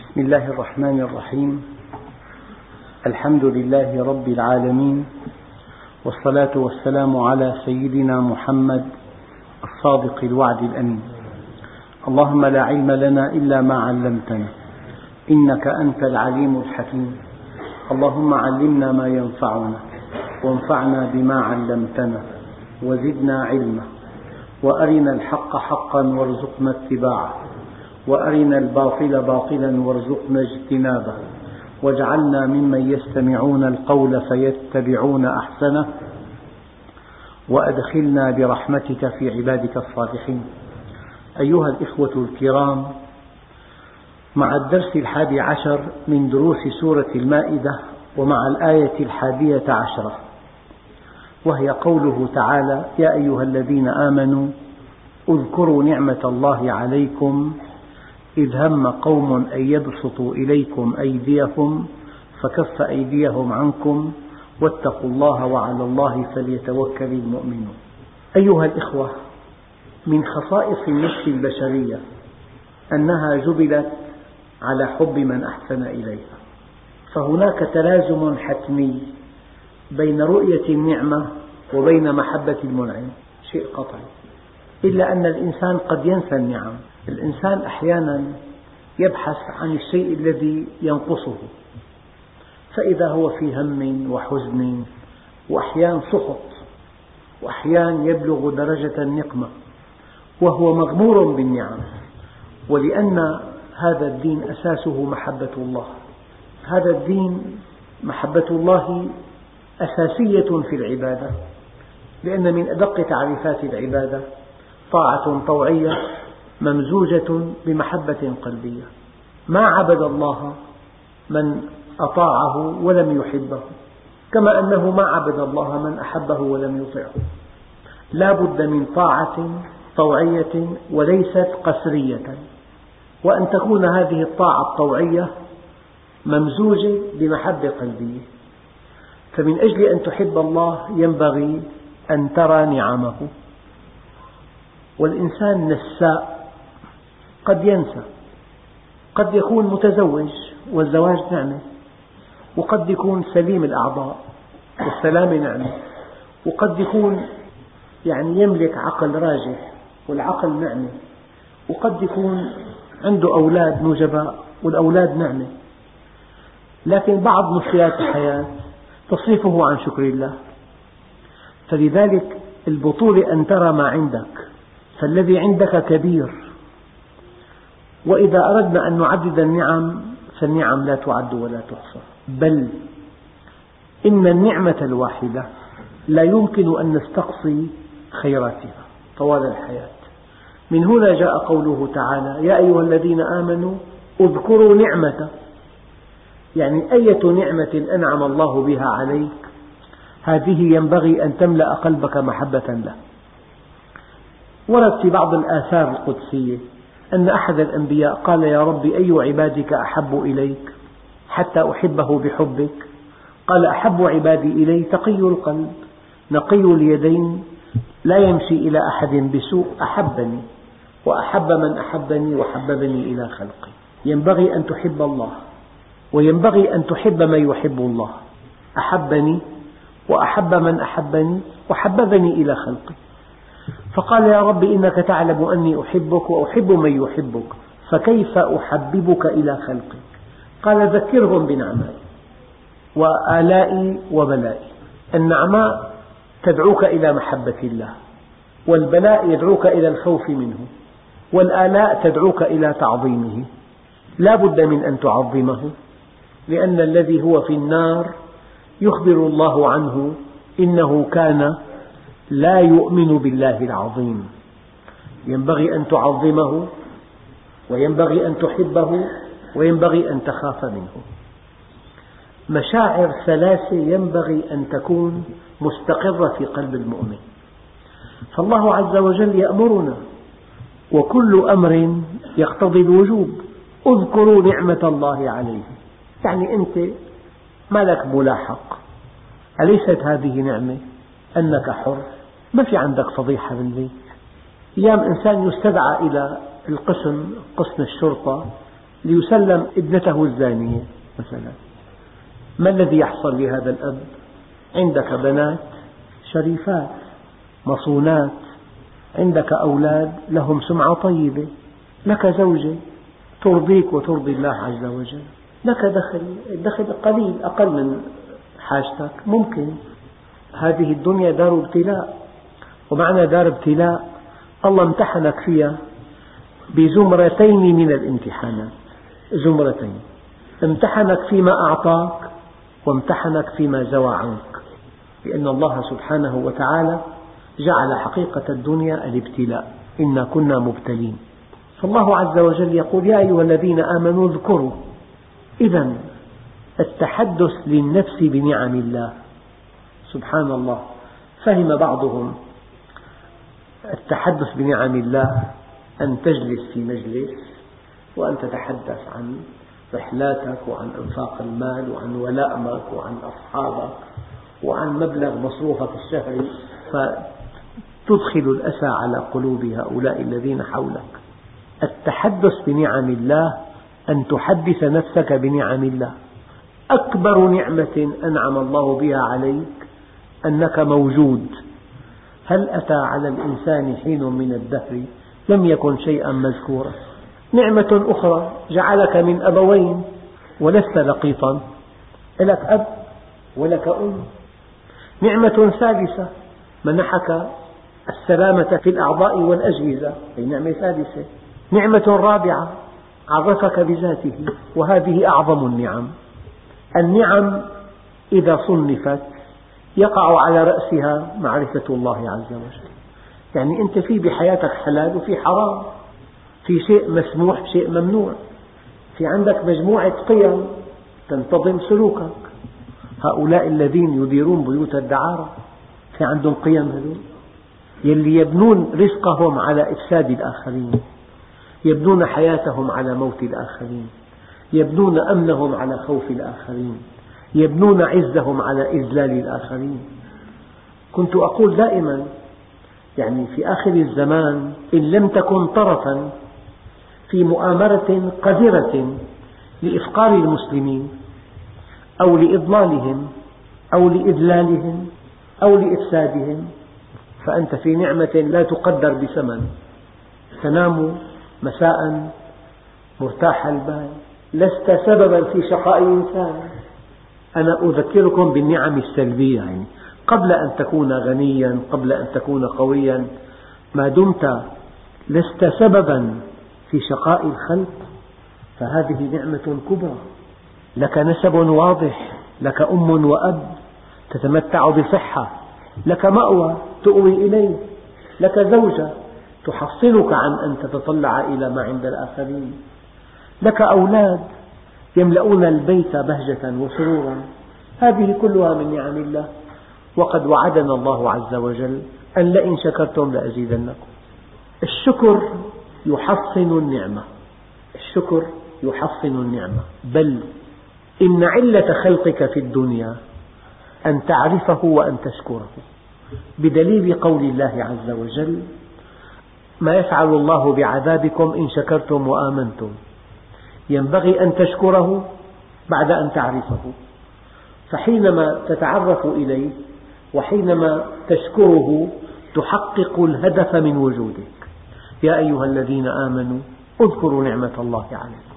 بسم الله الرحمن الرحيم. الحمد لله رب العالمين، والصلاة والسلام على سيدنا محمد الصادق الوعد الأمين. اللهم لا علم لنا إلا ما علمتنا، إنك أنت العليم الحكيم. اللهم علمنا ما ينفعنا، وانفعنا بما علمتنا، وزدنا علما، وأرنا الحق حقا وارزقنا اتباعه، وأرنا الباطل باطلا وارزقنا اجتنابه، واجعلنا ممن يستمعون القول فيتبعون أحسنه، وأدخلنا برحمتك في عبادك الصالحين. أيها الإخوة الكرام، مع الدرس 11 من دروس سورة المائدة، ومع الآية 11، وهي قوله تعالى: يا أيها الذين آمنوا اذكروا نعمة الله عليكم إذ هم قوم أن يبسطوا إليكم أيديهم فكف أيديهم عنكم واتقوا الله وعلى الله فليتوكل المؤمنون. أيها الإخوة، من خصائص النفس البشرية أنها جبلت على حب من أحسن إليها، فهناك تلازم حتمي بين رؤية النعمة وبين محبة المنعم، شيء قطعي، إلا أن الإنسان قد ينسى النعم. الإنسان أحيانا يبحث عن الشيء الذي ينقصه، فإذا هو في هم وحزن وأحيانا سخط، وأحيانا يبلغ درجة النقمة وهو مغمور بالنعم. ولأن هذا الدين أساسه محبة الله، هذا الدين محبة الله أساسية في العبادة، لأن من أدق تعريفات العبادة طاعة طوعية ممزوجة بمحبة قلبية. ما عبد الله من أطاعه ولم يحبه، كما أنه ما عبد الله من أحبه ولم يطعه. لا بد من طاعة طوعية وليست قسرية، وأن تكون هذه الطاعة الطوعية ممزوجة بمحبة قلبية. فمن أجل أن تحب الله ينبغي أن ترى نعمه. والإنسان نساء، قد ينسى، قد يكون متزوج والزواج نعمة، وقد يكون سليم الأعضاء والسلامة نعمة، وقد يكون يملك عقل راجح والعقل نعمة، وقد يكون عنده أولاد نجباء والأولاد نعمة. لكن بعض مشكلات الحياة تصرفه عن شكر الله. فلذلك البطولة أن ترى ما عندك، فالذي عندك كبير. وإذا أردنا أن نعدد النعم فالنعم لا تعد ولا تحصى، بل إن النعمة الواحدة لا يمكن أن نستقصي خيراتها طوال الحياة. من هنا جاء قوله تعالى: يا أيها الذين آمنوا اذكروا نعمة، يعني أية نعمة أنعم الله بها عليك هذه ينبغي أن تملأ قلبك محبة له. ورد في بعض الآثار القدسية أن أحد الأنبياء قال: يا رب، أي عبادك أحب إليك حتى أحبه بحبك؟ قال: أحب عبادي إلي تقي القلب نقي اليدين لا يمشي إلى أحد بسوء أحبني وأحب من أحبني وحببني إلى خلقي. ينبغي أن تحب الله، وينبغي أن تحب من يحب الله. أحبني وأحب من أحبني وحببني إلى خلقي. فقال: يا رب، إنك تعلم أني أحبك وأحب من يحبك، فكيف أحببك إلى خلقك؟ قال: ذكرهم بنعمائي وآلائي وبلائي. النعماء تدعوك إلى محبة الله، والبلاء يدعوك إلى الخوف منه، والآلاء تدعوك إلى تعظيمه. لا بد من أن تعظمه، لأن الذي هو في النار يخبر الله عنه إنه كان لا يؤمن بالله العظيم. ينبغي أن تعظمه، وينبغي أن تحبه، وينبغي أن تخاف منه. مشاعر ثلاثة ينبغي أن تكون مستقرة في قلب المؤمن. فالله عز وجل يأمرنا، وكل أمر يقتضي الوجوب. اذكروا نعمة الله عليكم، يعني أنت ما لك ملاحق. أليست هذه نعمة أنك حر؟ ما في عندك فضيحة بالبيت. أيام إنسان يستدعى إلى قسم الشرطة ليسلم ابنته الزانية مثلا. ما الذي يحصل لهذا الأب؟ عندك بنات شريفات مصونات، عندك أولاد لهم سمعة طيبة، لك زوجة ترضيك وترضي الله عز وجل، لك الدخل قليل أقل من حاجتك. ممكن هذه الدنيا دار ابتلاء، ومعنى دار ابتلاء الله امتحنك فيها بزمرتين من الامتحانات، زمرتين، امتحنك فيما أعطاك وامتحنك فيما زوى عنك، لأن الله سبحانه وتعالى جعل حقيقة الدنيا الابتلاء، إنا كنا مبتلين. فالله عز وجل يقول يا أيها الذين آمنوا اذكروا. إذن التحدث للنفس بنعم الله، سبحان الله، فهم بعضهم التحدث بنعم الله أن تجلس في مجلس وأن تتحدث عن رحلاتك وعن إنفاق المال وعن ولائمك وعن أصحابك وعن مبلغ مصروفك الشهري، فتدخل الأسى على قلوب هؤلاء الذين حولك. التحدث بنعم الله أن تحدث نفسك بنعم الله. أكبر نعمة أنعم الله بها عليك أنك موجود. هل أتى على الإنسان حين من الدهر لم يكن شيئا مذكورا؟ نعمة أخرى جعلك من أبوين ولست لقيطا، لك أب ولك أم. نعمة ثالثة منحك السلامة في الأعضاء والأجهزة، هي نعمة ثالثة. نعمة رابعة عرفك بذاته، وهذه أعظم النعم. النعم إذا صنفت يقع على رأسها معرفة الله عز وجل. يعني أنت في بحياتك حلال وفي حرام، في شيء مسموح شيء ممنوع، في عندك مجموعة قيم تنتظم سلوكك. هؤلاء الذين يديرون بيوت الدعارة في عندهم قيم، هذول يلي يبنون رزقهم على إفساد الآخرين، يبنون حياتهم على موت الآخرين، يبنون أمنهم على خوف الآخرين، يبنون عزهم على إذلال الآخرين. كنت أقول دائما يعني في آخر الزمان إن لم تكن طرفا في مؤامرة قذرة لإفقار المسلمين أو لإضلالهم أو لإذلالهم أو لإفسادهم فأنت في نعمة لا تقدر بثمن. تنام مساء مرتاح البال، لست سببا في شقاء إنسان. أنا أذكركم بالنعم السلبية، يعني قبل أن تكون غنيا، قبل أن تكون قويا، ما دمت لست سببا في شقاء الخلق فهذه نعمة كبرى. لك نسب واضح، لك أم وأب تتمتع بصحة، لك مأوى تؤوي إليه، لك زوجة تحصنك عن أن تتطلع إلى ما عند الآخرين، لك أولاد يملؤون البيت بهجة وسرورا. هذه كلها من نعم الله، وقد وعدنا الله عز وجل أن لئن شكرتم لأزيدنكم. الشكر يحصن النعمة، الشكر يحصن النعمة، بل إن علة خلقك في الدنيا أن تعرفه وأن تشكره، بدليل قول الله عز وجل ما يفعل الله بعذابكم إن شكرتم وآمنتم. ينبغي أن تشكره بعد أن تعرفه، فحينما تتعرف إليه وحينما تشكره تحقق الهدف من وجودك. يا أيها الذين آمنوا اذكروا نعمة الله عليكم،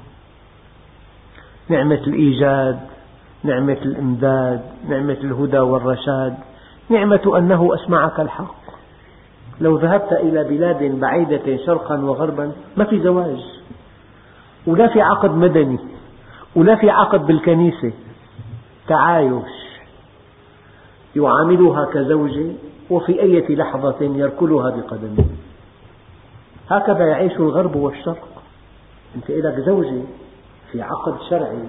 نعمة الإيجاد، نعمة الإمداد، نعمة الهدى والرشاد، نعمة أنه أسمعك الحق. لو ذهبت إلى بلاد بعيدة شرقا وغربا ما في زواج ولا في عقد مدني ولا في عقد بالكنيسة، تعايش، يعاملها كزوجة وفي أي لحظة يركلها بقدمه. هكذا يعيش الغرب والشرق. أنت لك زوجة في عقد شرعي،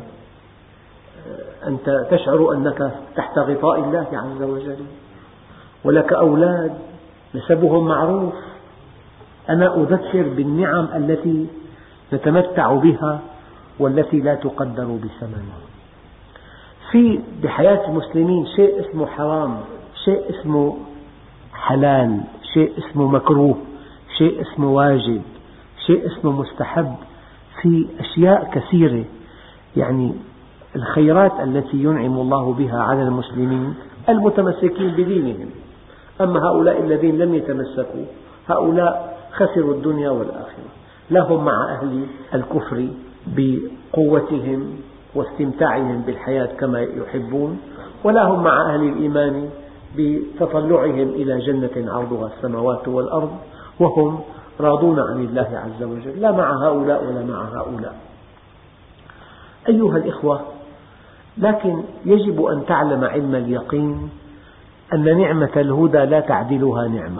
أنت تشعر أنك تحت غطاء الله عز وجل، ولك أولاد نسبهم معروف. أنا أذكر بالنعم التي نتمتع بها والتي لا تقدر بثمن. في بحياة المسلمين شيء اسمه حرام، شيء اسمه حلال، شيء اسمه مكروه، شيء اسمه واجب، شيء اسمه مستحب. في أشياء كثيرة، يعني الخيرات التي ينعم الله بها على المسلمين المتمسكين بدينهم. أما هؤلاء الذين لم يتمسكوا، هؤلاء خسروا الدنيا والآخرة، لا هم مع أهل الكفر بقوتهم واستمتاعهم بالحياة كما يحبون، ولا هم مع أهل الإيمان بتطلعهم إلى جنة عرضها السماوات والأرض وهم راضون عن الله عز وجل، لا مع هؤلاء ولا مع هؤلاء. أيها الإخوة، لكن يجب أن تعلم علم اليقين أن نعمة الهدى لا تعدلها نعمة،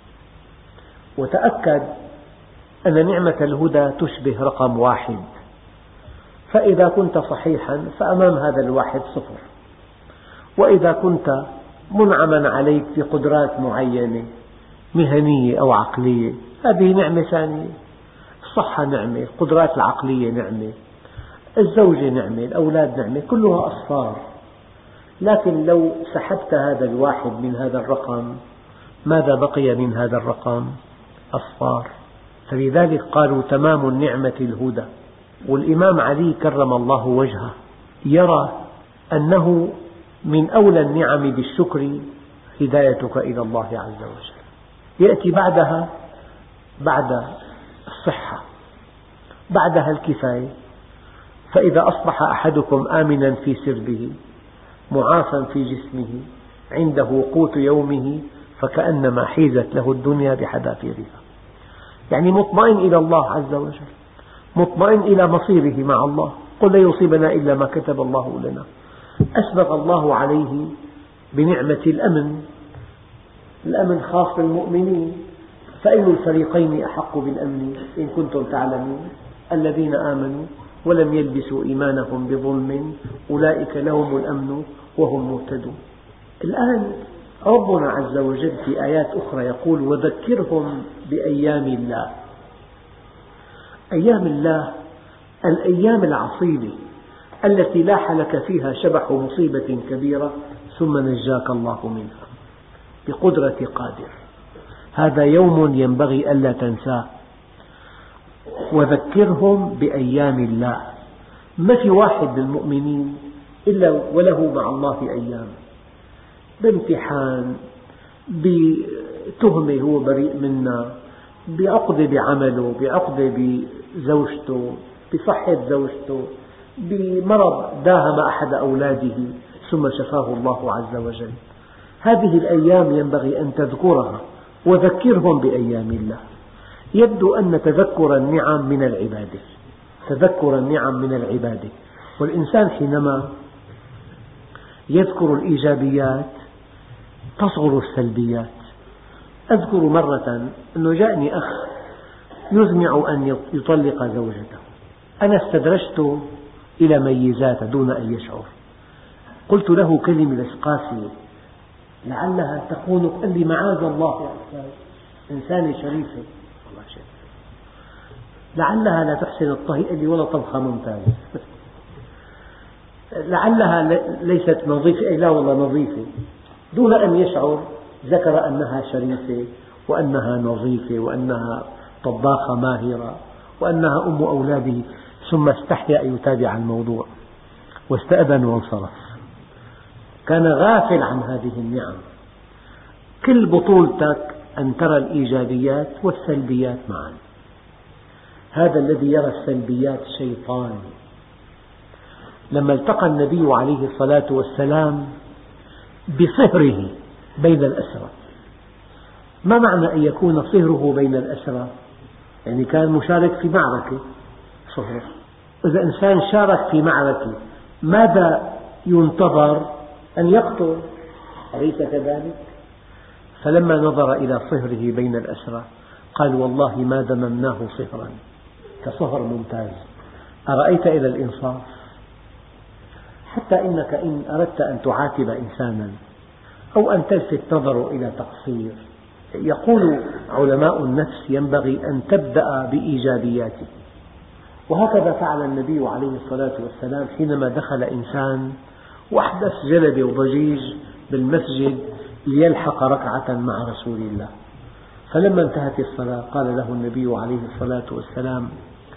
وتأكد أن نعمة الهدى تشبه رقم 1، فإذا كنت صحيحا فأمام هذا الواحد 0، وإذا كنت منعما عليك بقدرات معينة مهنية أو عقلية هذه نعمة ثانية. الصحة نعمة، القدرات العقلية نعمة، الزوجة نعمة، الأولاد نعمة، كلها أصفار. لكن لو سحبت هذا الواحد من هذا الرقم ماذا بقي من هذا الرقم؟ أصفار. فلذلك قالوا تمام النعمة الهدى. والإمام علي كرم الله وجهه يرى أنه من أولى النعم بالشكر هدايتك إلى الله عز وجل، يأتي بعدها بعد الصحة، بعدها الكفاية. فإذا أصبح أحدكم آمنا في سربه معافى في جسمه عنده قوت يومه فكأنما حيزت له الدنيا بحذافيرها، يعني مطمئن إلى الله عز وجل، مطمئن إلى مصيره مع الله. قل لا يصيبنا إلا ما كتب الله لنا. أسبغ الله عليه بنعمة الأمن، الأمن خاص بالمؤمنين، فأي الفريقين أحق بالأمن إن كنتم تعلمون الذين آمنوا ولم يلبسوا إيمانهم بظلم أولئك لهم الأمن وهم مهتدون. الآن ربنا عز وجل في آيات أخرى يقول وذكرهم بأيام الله. أيام الله الأيام العصيبة التي لاح لك فيها شبح مصيبة كبيرة ثم نجاك الله منها بقدرة قادر. هذا يوم ينبغي ألا تنساه. وذكرهم بأيام الله. ما في واحد من المؤمنين إلا وله مع الله أيام، بامتحان، بتهمة هو بريء منها، بعقدة بعمله، بعقدة بزوجته، بصحة زوجته، بمرض داهم أحد أولاده ثم شفاه الله عز وجل. هذه الأيام ينبغي أن تذكرها. وذكرهم بأيام الله. يبدو أن تذكر النعم من العبادة، تذكر النعم من العبادة. والإنسان حينما يذكر الإيجابيات تصغر السلبيات. أذكر مرة أنه جاءني أخ يزمع أن يطلق زوجته، أنا استدرجت إلى ميزاتها دون أن يشعر. قلت له كلمة قاسية لعلها تكون، قال لي معاذ الله يا أستاذ، إنسانة شريفة والله شريفة، لعلها لا تحسن الطهي، قال لي ولا طبخة ممتازة. لعلها ليست نظيفة، أي لا والله نظيفة. دون أن يشعر ذكر أنها شريفة وأنها نظيفة وأنها طباخة ماهرة وأنها أم أولاده، ثم استحيا أن يتابع الموضوع واستأذن وانصرف. كان غافل عن هذه النعم. كل بطولتك أن ترى الإيجابيات والسلبيات معا. هذا الذي يرى السلبيات شيطان. لما التقى النبي عليه الصلاة والسلام بصهره بين الأسرى، ما معنى أن يكون صهره بين الأسرى؟ يعني كان مشارك في معركة صهر. إذا إنسان شارك في معركة ماذا ينتظر؟ أن يقتل، أليس كذلك؟ فلما نظر إلى صهره بين الأسرى قال والله ما دممناه صهرا، كصهر ممتاز. أرأيت إلى الإنصاف؟ حتى إنك إن أردت أن تعاتب إنسانا أو أن تلفت نظره إلى تقصير، يقول علماء النفس ينبغي أن تبدأ بإيجابياته. وهكذا فعل النبي عليه الصلاة والسلام حينما دخل إنسان وأحدث جلبة وضجيج بالمسجد ليلحق ركعة مع رسول الله. فلما انتهت الصلاة قال له النبي عليه الصلاة والسلام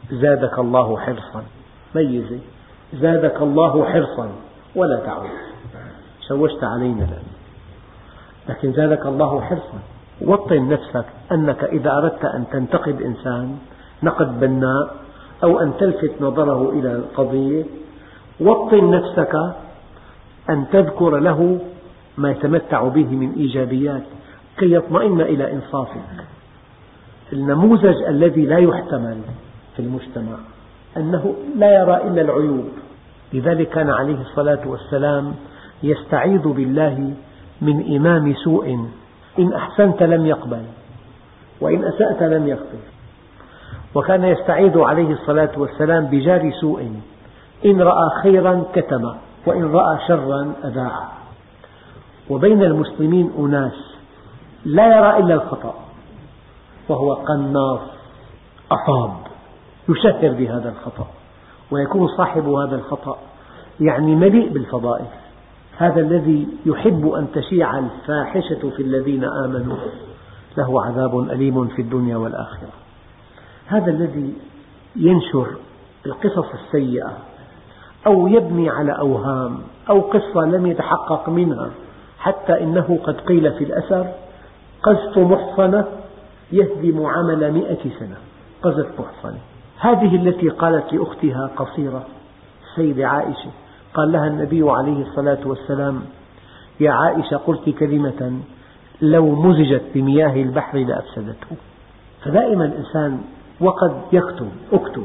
زادك الله حرصا، ميزة، زادك الله حرصا ولا تعود، شوشت علينا الآن، لكن زادك الله حرصا. وطن نفسك أنك إذا أردت أن تنتقد إنسان نقد بناء أو أن تلفت نظره إلى القضية، وطن نفسك أن تذكر له ما يتمتع به من إيجابيات كي يطمئن إلى إنصافك. النموذج الذي لا يحتمل في المجتمع أنه لا يرى إلا العيوب، لذلك كان عليه الصلاة والسلام يستعيذ بالله من إمام سوء، إن أحسنت لم يقبل وإن أسأت لم يغفر. وكان يستعيذ عليه الصلاة والسلام بجار سوء، إن رأى خيرا كتم وإن رأى شرا أذاع. وبين المسلمين أناس لا يرى إلا الخطأ وهو قناص أصاب، يشهر بهذا الخطأ ويكون صاحب هذا الخطأ يعني مليء بالفضائل. هذا الذي يحب أن تشيع الفاحشة في الذين آمنوا له عذاب أليم في الدنيا والآخرة. هذا الذي ينشر القصص السيئة أو يبني على أوهام أو قصة لم يتحقق منها، حتى إنه قد قيل في الأثر: قذف محصنة يهدم عمل 100 سنة. قذف محصنة، هذه التي قالت لأختها قصيرة السيدة عائشة، قال لها النبي عليه الصلاة والسلام: يا عائشة قلت كلمة لو مزجت بمياه البحر لأفسدته. فدائما الإنسان وقد اكتب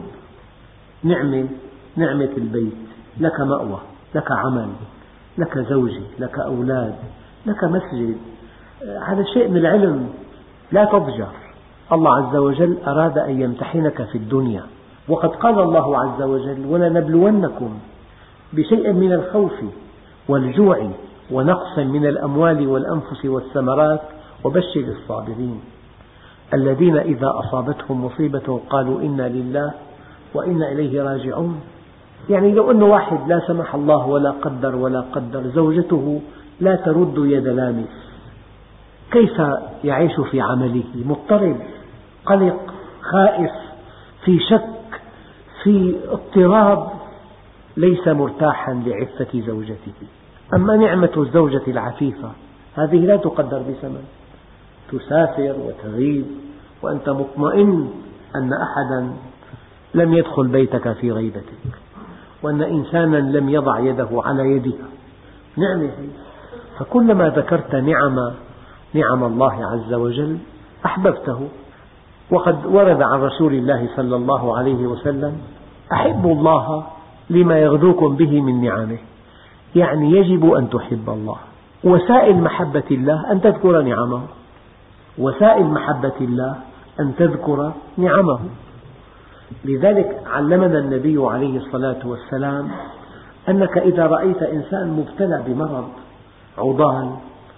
نعمة البيت، لك مأوى، لك عمل، لك زوجة، لك أولاد، لك مسجد، هذا شيء من العلم، لا تضجر. الله عز وجل أراد أن يمتحنك في الدنيا، وقد قال الله عز وجل: ولنبلونكم بشيء من الخوف والجوع ونقص من الأموال والأنفس والثمرات وبشر الصابرين الذين إذا أصابتهم مصيبة قالوا إنا لله وإنا إليه راجعون. يعني لو أن واحد لا سمح الله ولا قدر زوجته لا ترد يد لامس، كيف يعيش في عمله؟ مضطرب، قلق، خائف، في شك، في اضطراب، ليس مرتاحا لعفة زوجته. أما نعمة الزوجة العفيفة هذه لا تقدر بثمن، تسافر وتغيب وأنت مطمئن أن أحدا لم يدخل بيتك في غيبتك، وأن إنسانا لم يضع يده على يدها. نعمة. فكلما ذكرت نعم الله عز وجل أحببته. وقد ورد عن رسول الله صلى الله عليه وسلم: أحبوا الله لما يغذوكم به من نعمه، يعني يجب أن تحب الله. وسائل محبة الله أن تذكر نعمه، وسائل محبة الله أن تذكر نعمه. لذلك علمنا النبي عليه الصلاة والسلام أنك إذا رأيت إنسان مبتلى بمرض عضال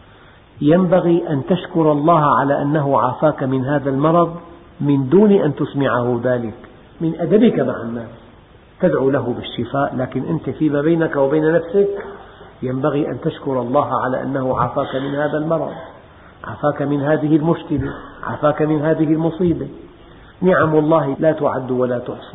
ينبغي أن تشكر الله على أنه عافاك من هذا المرض من دون أن تسمعه ذلك، من أدبك مع الناس تدعو له بالشفاء، لكن أنت فيما بينك وبين نفسك ينبغي أن تشكر الله على أنه عافاك من هذا المرض، عافاك من هذه المشكلة، عافاك من هذه المصيبة. نعم الله لا تعد ولا تحصى،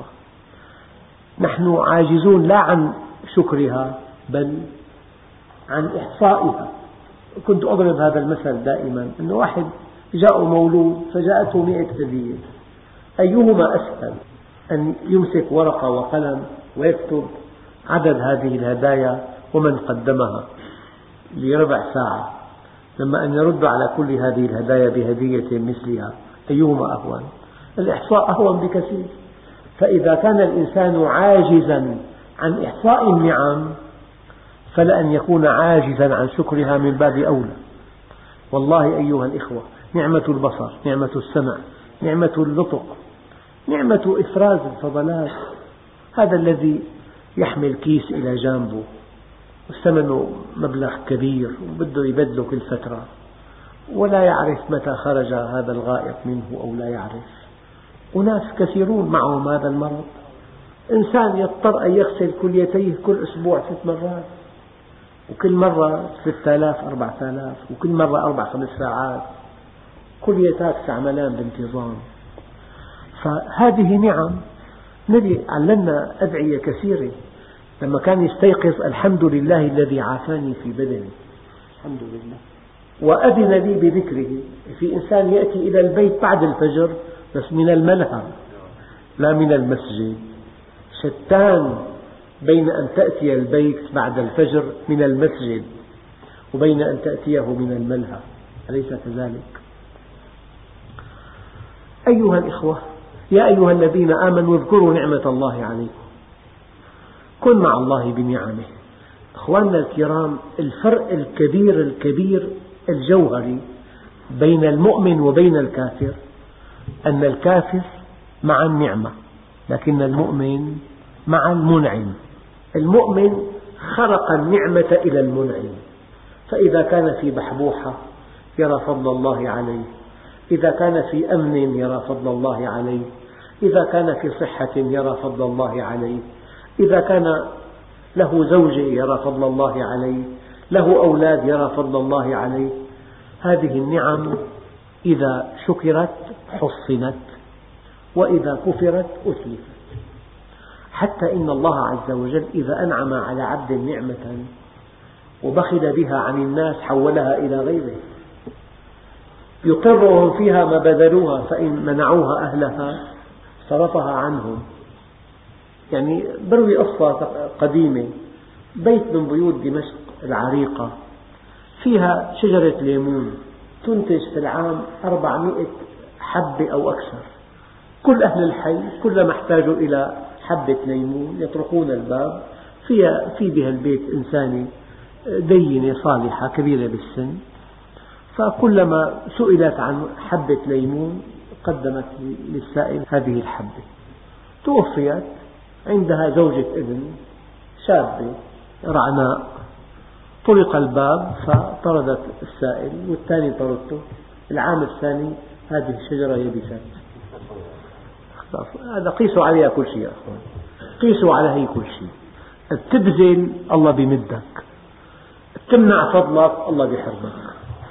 نحن عاجزون لا عن شكرها بل عن إحصائها. كنت أضرب هذا المثل دائما، أن واحد جاء مولود فجاءته 100 هدية، أيهما أسهل، أن يمسك ورقة وقلم ويكتب عدد هذه الهدايا ومن قدمها لربع ساعة، لما أن يرد على كل هذه الهدايا بهدية مثلها؟ أيهما أهون؟ الإحصاء أهون بكثير. فإذا كان الإنسان عاجزا عن إحصاء النعم فلأن يكون عاجزا عن شكرها من باب أولى. والله أيها الإخوة، نعمة البصر، نعمة السمع، نعمة النطق، نعمة إفراز الفضلات، هذا الذي يحمل كيس إلى جانبه والثمن مبلغ كبير وبده يبدله كل فترة ولا يعرف متى خرج هذا الغائط منه أو لا يعرف. أناس كثيرون معهم هذا المرض، إنسان يضطر أن يغسل كليتيه كل أسبوع 6 مرات، وكل مرة 3000 4000، وكل مرة 4-5 ساعات، كليتات تعملان بانتظام. فهذه نعم النبي علمنا أدعية كثيرة. لما كان يستيقظ: الحمد لله الذي عافاني في بدني، الحمد لله، وأذن لي بذكره. في إنسان يأتي إلى البيت بعد الفجر بس من الملهى لا من المسجد. شتان بين أن تأتي البيت بعد الفجر من المسجد وبين أن تأتيه من الملهى، أليس كذلك؟ أيها الإخوة، يا أيها الذين آمنوا اذكروا نعمة الله عليكم. كن مع الله بنعمه. أخواننا الكرام، الفرق الكبير الجوهري بين المؤمن وبين الكافر أن الكافر مع النعمة لكن المؤمن مع المنعم. المؤمن خرق النعمة إلى المنعم، فإذا كان في بحبوحة يرى فضل الله عليه، إذا كان في أمن يرى فضل الله عليه، إذا كان في صحة يرى فضل الله عليه، إذا كان له زوجة يرى فضل الله عليه، له أولاد يرى فضل الله عليه. هذه النعم إذا شكرت حصنت وإذا كفرت أتلفت. حتى إن الله عز وجل إذا أنعم على عبد نعمة وبخل بها عن الناس حولها إلى غيره، يقرهم فيها ما بذلوها، فإن منعوها أهلها صرفها عنهم. يعني بروي قصة قديمة: بيت من بيوت دمشق العريقة فيها شجرة ليمون تنتج في العام 400 حبة أو أكثر. كل أهل الحي كلما احتاجوا إلى حبة ليمون يطرقون الباب. في بها البيت إنسانة دينة صالحة كبيرة بالسن، فكلما سئلت عن حبة ليمون قدمت للسائل هذه الحبة. توفيت، عندها زوجة ابن شابة رعناء. طرق الباب فطردت السائل والثاني طردته. العام الثاني هذه الشجرة يبست. هذا قيسوا عليها كل شيء، قيسوا عليه كل شيء. تبذل الله بيمدك، تمنع فضلك الله بيحرمك.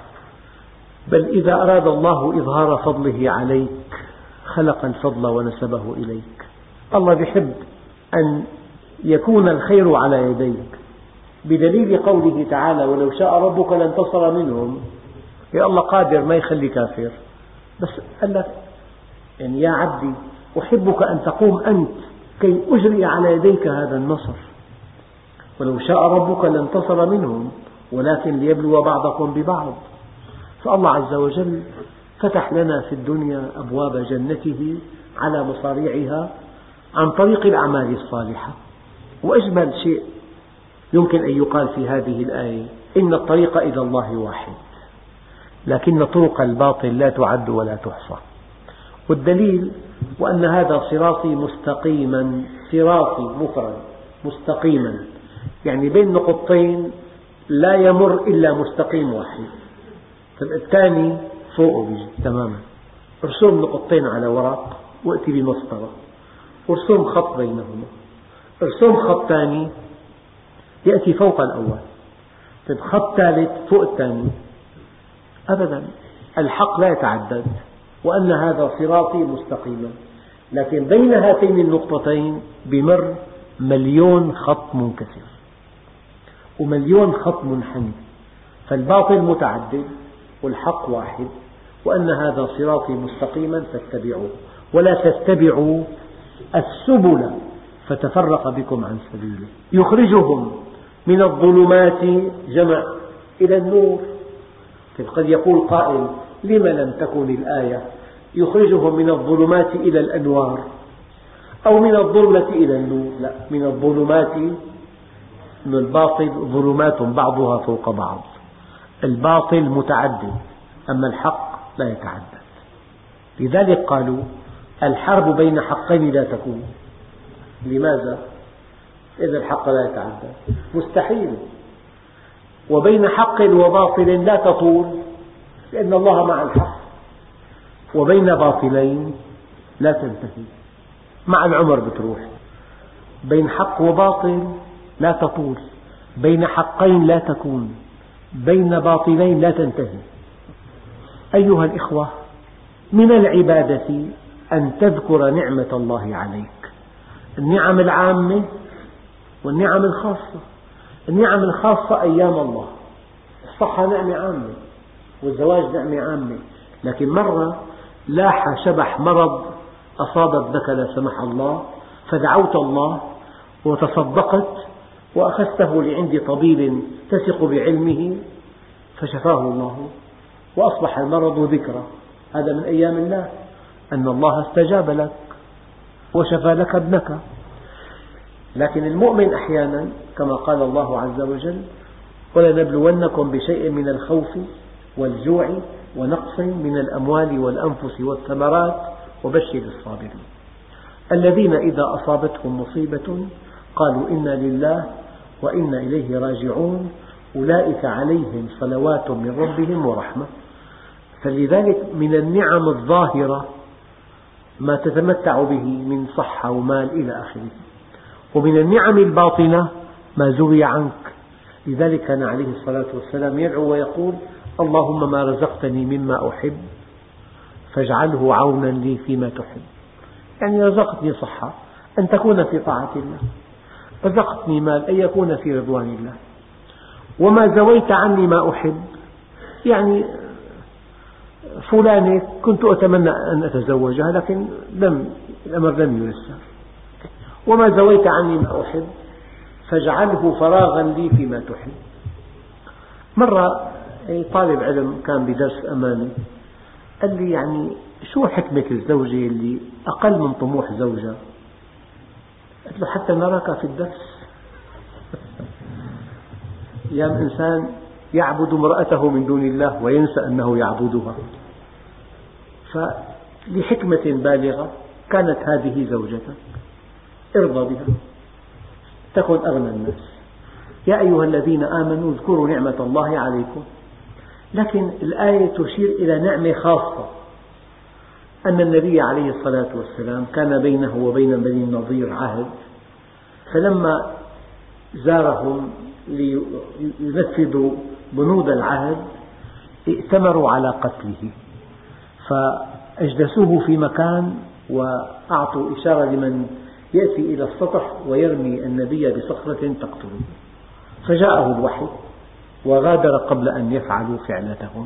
بل إذا أراد الله إظهار فضله عليك خلق الفضل ونسبه إليك. الله يحب أن يكون الخير على يديك، بدليل قوله تعالى: ولو شاء ربك لانتصر منهم. يا الله قادر ما يخلي كافر، بس قال لك يعني يا عبدي أحبك أن تقوم أنت كي أجري على يديك هذا النصر. ولو شاء ربك لانتصر منهم ولكن ليبلو بعضكم ببعض. فالله عز وجل فتح لنا في الدنيا أبواب جنته على مصاريعها عن طريق الأعمال الصالحة. وأجمل شيء يمكن أن يقال في هذه الآية: إن الطريق إلى الله واحد لكن طرق الباطل لا تعد ولا تحصى. والدليل: وأن هذا صراطي مستقيما. صراطي مفرد، مستقيما يعني بين نقطتين لا يمر إلا مستقيم واحد. الثاني فوقه بيجي تماما. ارسم نقطتين على ورق وأتي بمسطرة وارسم خط بينهما. ارسم خط ثاني يأتي فوق الأول، خط ثالث فوق الثاني. أبدا، الحق لا يتعدد. وأن هذا صراطي مستقيما، لكن بين هاتين النقطتين بمر 1,000,000 خط منكسر و1,000,000 خط منحني. فالباطل متعدد والحق واحد. وأن هذا صراطي مستقيما فاتبعوه ولا تتبعوا السبل فتفرق بكم عن سبيله. يخرجهم من الظلمات جمع إلى النور. قد يقول قائل: لم لم تكن الآية يخرجهم من الظلمات إلى الأنوار أو من الظلمة إلى النور؟ لا، من الظلمات، من الباطل ظلمات بعضها فوق بعض. الباطل متعدد أما الحق لا يتعدد. لذلك قالوا: الحرب بين حقين لا تكون. لماذا؟ إذا الحق لا يتعدد مستحيل. وبين حق وباطل لا تطول لأن الله مع الحق. وبين باطلين لا تنتهي، مع العمر بتروح. بين حق وباطل لا تطول، بين حقين لا تكون، بين باطلين لا تنتهي. أيها الإخوة، من العبادة أن تذكر نعمة الله عليك النعم العامة والنعم الخاصة. النعم الخاصة أيام الله، الصحة نعمة عامة والزواج نعمة عامة، لكن مرة لاح شبح مرض أصاب ابنك لا سمح الله، فدعوت الله وتصدقت وأخذته لعند طبيب تثق بعلمه فشفاه الله وأصبح المرض ذكرى. هذا من أيام الله، أن الله استجاب لك وشفى لك ابنك. لكن المؤمن أحيانا كما قال الله عز وجل: ولنبلونكم بشيء من الخوف والجوع ونقص من الأموال والأنفس والثمرات وبشر الصابرين الذين إذا أصابتهم مصيبة قالوا إنا لله وإنا إليه راجعون أولئك عليهم صلوات من ربهم ورحمة. فلذلك من النعم الظاهرة ما تتمتع به من صحة ومال إلى آخره، ومن النعم الباطنة ما زوي عنك. لذلك كان عليه الصلاة والسلام يدعو ويقول: اللهم ما رزقتني مما أحب فاجعله عونا لي فيما تحب. يعني رزقتني صحة أن تكون في طاعة الله، رزقتني مال أن يكون في رضوان الله، وما زويت عني ما أحب، يعني فلانة كنت أتمنى أن أتزوجها لكن الأمر لم ييسر، وما زويت عني ما أحب فاجعله فراغا لي فيما تحب. مرة طالب علم كان بدرس أمامي قال لي: يعني شو حكمة الزوجة اللي أقل من طموح زوجها؟ قلت له: حتى نراك في الدرس. أيام إنسان يعبد امرأته من دون الله وينسى أنه يعبدها، فلحكمة بالغة كانت هذه زوجتك، ارضى بها تكن أغنى الناس. يا أيها الذين آمنوا اذكروا نعمة الله عليكم. لكن الآية تشير إلى نعمة خاصة، أن النبي عليه الصلاة والسلام كان بينه وبين بني النضير عهد، فلما زارهم لينفذوا بنود العهد ائتمروا على قتله، فأجلسوه في مكان وأعطوا إشارة لمن يأتي إلى السطح ويرمي النبي بصخرة تقتله، فجاءه الوحي وغادر قبل أن يفعلوا فعلتهم.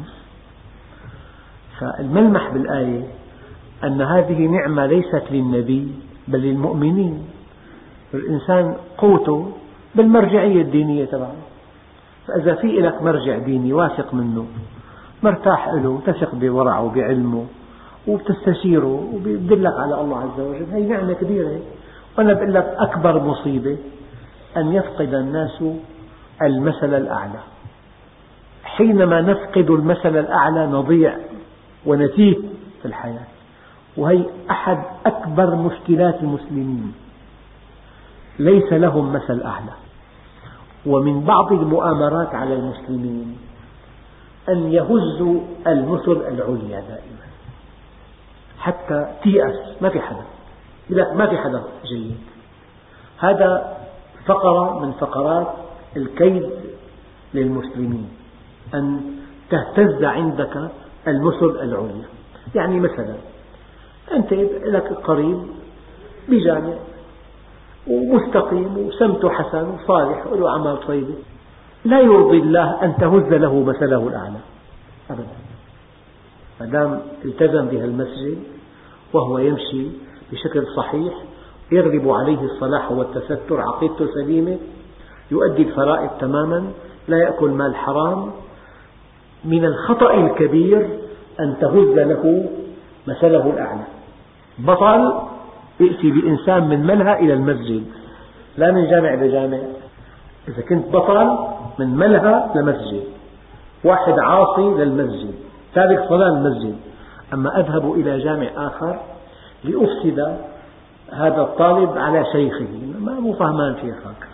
فالملمح بالآية أن هذه نعمة ليست للنبي بل للمؤمنين. الإنسان قوته بالمرجعية الدينية تبعه، فإذا في لك مرجع ديني واثق منه مرتاح له، تثق بورعه وبعلمه وبتستشيره وبيدلك على الله عز وجل، هذه نعمة كبيرة. وأنا بقول لك أكبر مصيبة أن يفقد الناس المثل الأعلى. حينما نفقد المثل الأعلى نضيع ونتيه في الحياة، وهي أحد أكبر مشكلات المسلمين، ليس لهم مثل أعلى. ومن بعض المؤامرات على المسلمين أن يهزوا المثل العليا دائما حتى تيأس، ما في حدا، لا ما في حدا جيد. هذا فقرة من فقرات الكيد للمسلمين، أن تهتز عندك المثل العليا. يعني مثلا أنت لك قريب بجامع ومستقيم وسمته حسن وصالح وله أعمال طيبة، لا يرضي الله أن تهز له مثله الأعلى أبدا. ما دام التزم بها المسجد وهو يمشي بشكل صحيح، يغلب عليه الصلاح والتستر، عقيدته سليمة، يؤدي الفرائض تماما، لا يأكل مال حرام، من الخطأ الكبير أن تهز له مثله الأعلى. بطل يأتي بإنسان من ملهى إلى المسجد، لا من جامع لجامع. إذا كنت بطل من ملهى لمسجد، واحد عاصي للمسجد، تارك صلاة المسجد، أما أذهب إلى جامع آخر لأفسد هذا الطالب على شيخه، مو فهمان شيخك.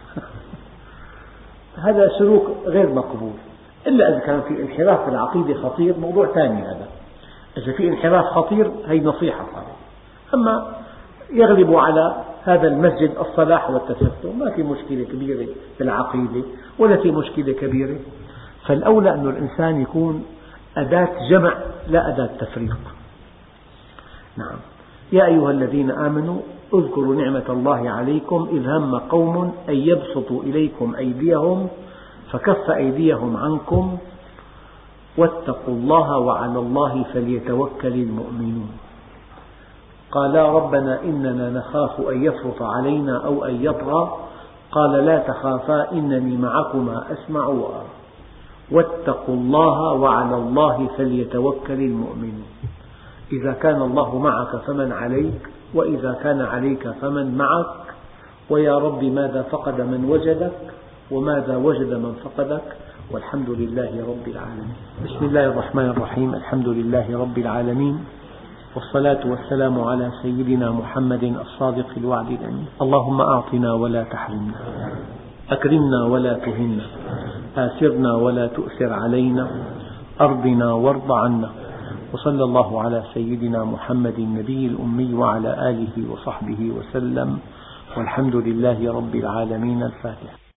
هذا سلوك غير مقبول، إلا إذا كان في انحراف في العقيدة خطير، موضوع ثاني. هذا إذا في انحراف خطير هي نصيحة صارت. أما يغلب على هذا المسجد الصلاح والتستر، ما في مشكلة كبيرة في العقيدة ولا في مشكلة كبيرة. فالأولى أن الإنسان يكون أداة جمع لا أداة تفريق. نعم. يا أيها الذين آمنوا اذكروا نعمة الله عليكم إذ هم قوم أن يبسطوا إليكم أيديهم فكف أيديهم عنكم واتقوا الله وعلى الله فليتوكل المؤمنون. قالا ربنا إننا نخاف أن يفرط علينا أو أن يطغى قال لا تخافا إنني معكما أسمع وأرى واتقوا الله وعلى الله فليتوكل المؤمنون. إذا كان الله معك فمن عليك، وإذا كان عليك فمن معك، ويا رب ماذا فقد من وجدك وماذا وجد من فقدك، والحمد لله رب العالمين. بسم الله الرحمن الرحيم. الحمد لله رب العالمين، والصلاة والسلام على سيدنا محمد الصادق الوعد الأمين. اللهم أعطنا ولا تحرمنا، أكرمنا ولا تهنا، آثرنا ولا تؤثر علينا، أرضنا وارض عنا. وصلى الله على سيدنا محمد النبي الأمي وعلى آله وصحبه وسلم، والحمد لله رب العالمين. الفاتحة.